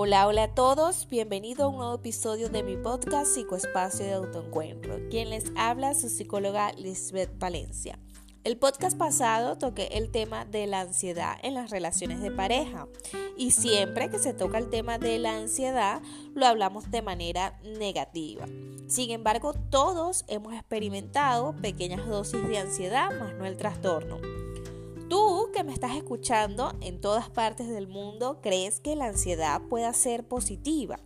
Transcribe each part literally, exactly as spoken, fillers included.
Hola, hola a todos, bienvenido a un nuevo episodio de mi podcast Psicoespacio de Autoencuentro. Quien les habla es su psicóloga Lisbeth Valencia. El podcast pasado toqué el tema de la ansiedad en las relaciones de pareja y siempre que se toca el tema de la ansiedad lo hablamos de manera negativa. Sin embargo, todos hemos experimentado pequeñas dosis de ansiedad, más no el trastorno. Tú que me estás escuchando en todas partes del mundo, ¿crees que la ansiedad pueda ser positiva?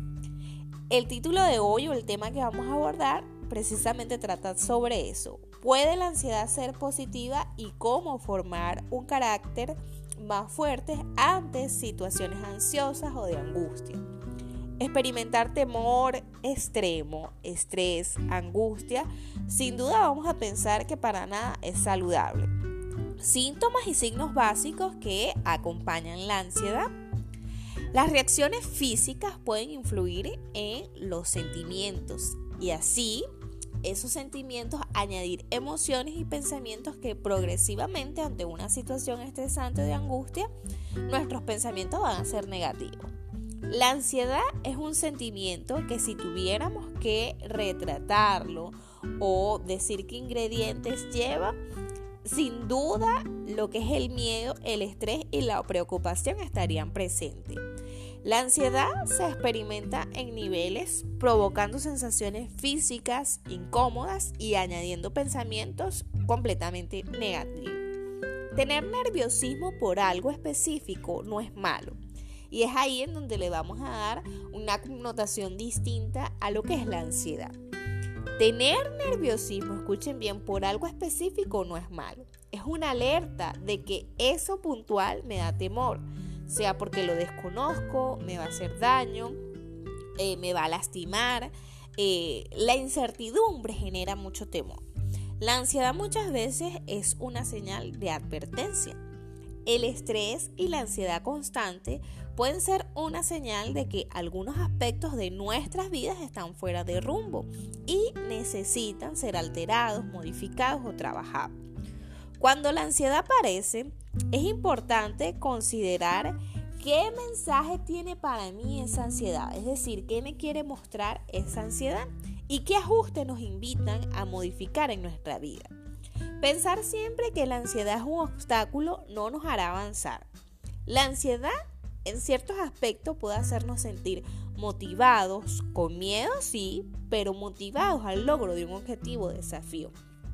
El título de hoy o el tema que vamos a abordar precisamente trata sobre eso. ¿Puede la ansiedad ser positiva y cómo formar un carácter más fuerte ante situaciones ansiosas o de angustia? Experimentar temor extremo, estrés, angustia, sin duda vamos a pensar que para nada es saludable. Síntomas y signos básicos que acompañan la ansiedad. Las reacciones físicas pueden influir en los sentimientos y así esos sentimientos añadir emociones y pensamientos que progresivamente ante una situación estresante de angustia, nuestros pensamientos van a ser negativos. La ansiedad es un sentimiento que si tuviéramos que retratarlo o decir qué ingredientes lleva, sin duda, lo que es el miedo, el estrés y la preocupación estarían presentes. La ansiedad se experimenta en niveles, provocando sensaciones físicas incómodas y añadiendo pensamientos completamente negativos. Tener nerviosismo por algo específico no es malo, y es ahí en donde le vamos a dar una connotación distinta a lo que es la ansiedad. Tener nerviosismo, escuchen bien, por algo específico no es malo. Es una alerta de que eso puntual me da temor, sea porque lo desconozco, me va a hacer daño, eh, me va a lastimar. Eh, la incertidumbre genera mucho temor. La ansiedad muchas veces es una señal de advertencia. El estrés y la ansiedad constante pueden ser una señal de que algunos aspectos de nuestras vidas están fuera de rumbo y necesitan ser alterados, modificados o trabajados. Cuando la ansiedad aparece, es importante considerar qué mensaje tiene para mí esa ansiedad, es decir, qué me quiere mostrar esa ansiedad y qué ajustes nos invitan a modificar en nuestra vida. Pensar siempre que la ansiedad es un obstáculo no nos hará avanzar. La ansiedad en ciertos aspectos puede hacernos sentir motivados, con miedo sí, pero motivados al logro de un objetivo o desafío.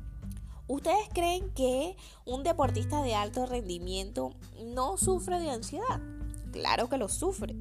¿Ustedes creen que un deportista de alto rendimiento no sufre de ansiedad? Claro que lo sufre.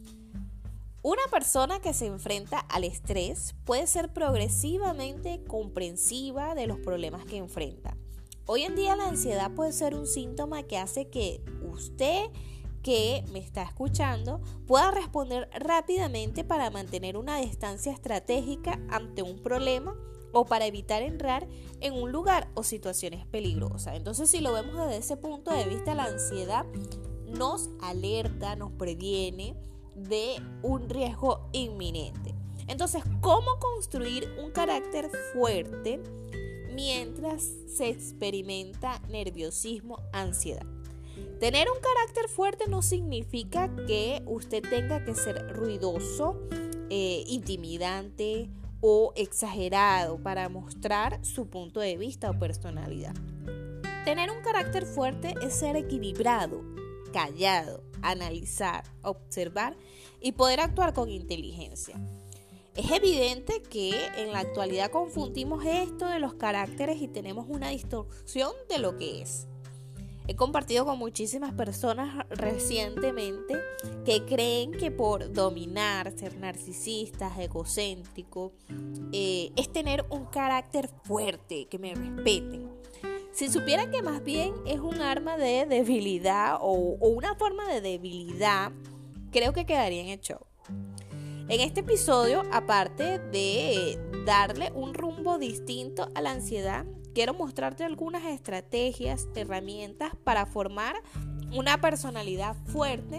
Una persona que se enfrenta al estrés puede ser progresivamente comprensiva de los problemas que enfrenta. Hoy en día la ansiedad puede ser un síntoma que hace que usted que me está escuchando pueda responder rápidamente para mantener una distancia estratégica ante un problema o para evitar entrar en un lugar o situaciones peligrosas. Entonces, si lo vemos desde ese punto de vista, la ansiedad nos alerta, nos previene de un riesgo inminente. Entonces, ¿cómo construir un carácter fuerte mientras se experimenta nerviosismo, ansiedad? Tener un carácter fuerte no significa que usted tenga que ser ruidoso, eh, intimidante o exagerado para mostrar su punto de vista o personalidad. Tener un carácter fuerte es ser equilibrado, callado, analizar, observar y poder actuar con inteligencia. Es evidente que en la actualidad confundimos esto de los caracteres y tenemos una distorsión de lo que es. He compartido con muchísimas personas recientemente que creen que por dominar, ser narcisistas, egocéntricos, eh, es tener un carácter fuerte, que me respeten. Si supieran que más bien es un arma de debilidad o, o una forma de debilidad, creo que quedarían en shock. En este episodio, aparte de darle un rumbo distinto a la ansiedad, quiero mostrarte algunas estrategias, herramientas para formar una personalidad fuerte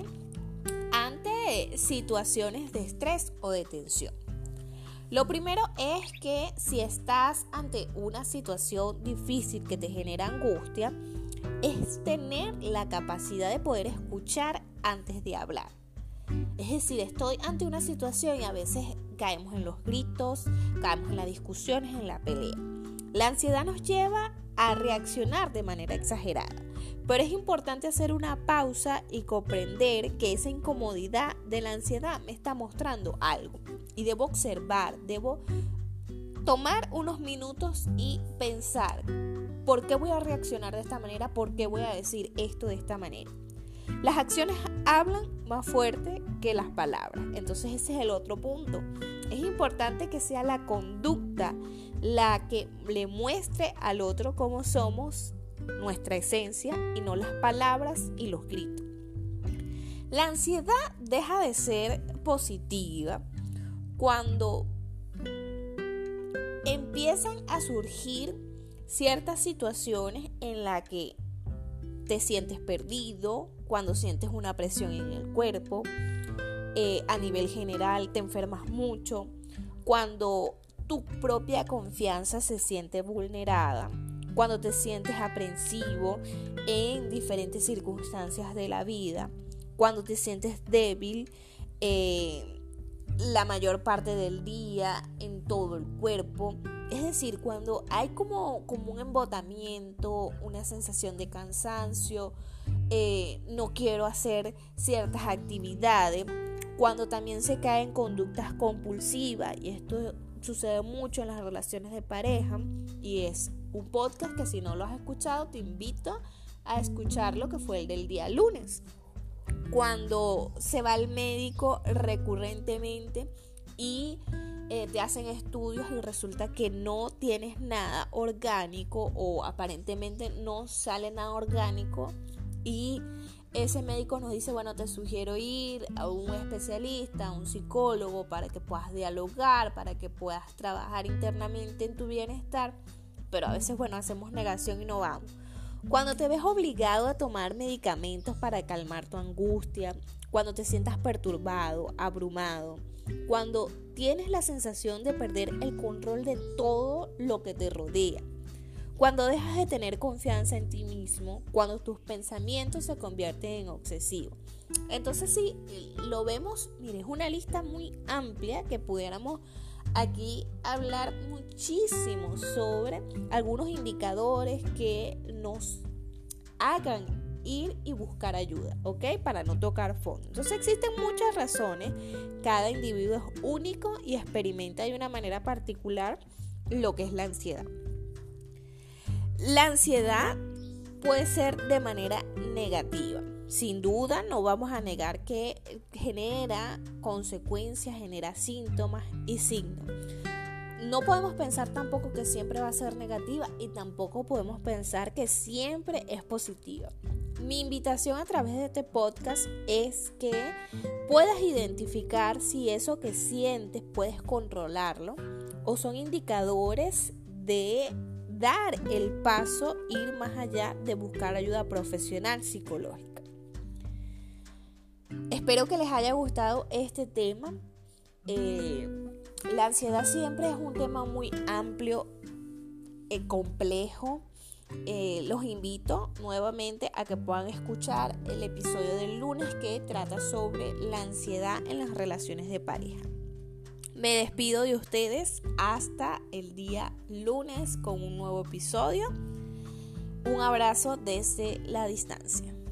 ante situaciones de estrés o de tensión. Lo primero es que si estás ante una situación difícil que te genera angustia, es tener la capacidad de poder escuchar antes de hablar. Es decir, estoy ante una situación y a veces caemos en los gritos, caemos en las discusiones, en la pelea. La ansiedad nos lleva a reaccionar de manera exagerada, pero es importante hacer una pausa y comprender que esa incomodidad de la ansiedad me está mostrando algo y debo observar, debo tomar unos minutos y pensar por qué voy a reaccionar de esta manera, por qué voy a decir esto de esta manera. Las acciones hablan más fuerte que las palabras. Entonces ese es el otro punto. Es importante que sea la conducta la que le muestre al otro cómo somos, nuestra esencia, y no las palabras y los gritos. La ansiedad deja de ser positiva cuando empiezan a surgir ciertas situaciones en las que te sientes perdido, cuando sientes una presión en el cuerpo, eh, a nivel general te enfermas mucho, cuando tu propia confianza se siente vulnerada, cuando te sientes aprensivo en diferentes circunstancias de la vida, cuando te sientes débil eh, la mayor parte del día en todo el cuerpo. Es decir, cuando hay como, como un embotamiento, una sensación de cansancio, eh, no quiero hacer ciertas actividades, cuando también se caen conductas compulsivas, y esto sucede mucho en las relaciones de pareja, y es un podcast que si no lo has escuchado te invito a escucharlo, que fue el del día lunes. Cuando se va al médico recurrentemente y eh, te hacen estudios y resulta que no tienes nada orgánico o aparentemente no sale nada orgánico, y ese médico nos dice, bueno, te sugiero ir a un especialista, a un psicólogo, para que puedas dialogar, para que puedas trabajar internamente en tu bienestar, pero a veces, bueno, hacemos negación y no vamos. Cuando te ves obligado a tomar medicamentos para calmar tu angustia, cuando te sientas perturbado, abrumado, cuando tienes la sensación de perder el control de todo lo que te rodea, cuando dejas de tener confianza en ti mismo, cuando tus pensamientos se convierten en obsesivos. Entonces sí, lo vemos, mire, es una lista muy amplia que pudiéramos aquí hablar muchísimo sobre algunos indicadores que nos hagan ir y buscar ayuda, ¿ok? Para no tocar fondo. Entonces existen muchas razones, cada individuo es único y experimenta de una manera particular lo que es la ansiedad. La ansiedad puede ser de manera negativa. Sin duda, no vamos a negar que genera consecuencias, genera síntomas y signos. No podemos pensar tampoco que siempre va a ser negativa y tampoco podemos pensar que siempre es positiva. Mi invitación a través de este podcast es que puedas identificar si eso que sientes puedes controlarlo o son indicadores de dar el paso, ir más allá de buscar ayuda profesional psicológica. Espero que les haya gustado este tema. Eh, la ansiedad siempre es un tema muy amplio, eh, complejo. Eh, los invito nuevamente a que puedan escuchar el episodio del lunes que trata sobre la ansiedad en las relaciones de pareja. Me despido de ustedes hasta el día lunes con un nuevo episodio. Un abrazo desde la distancia.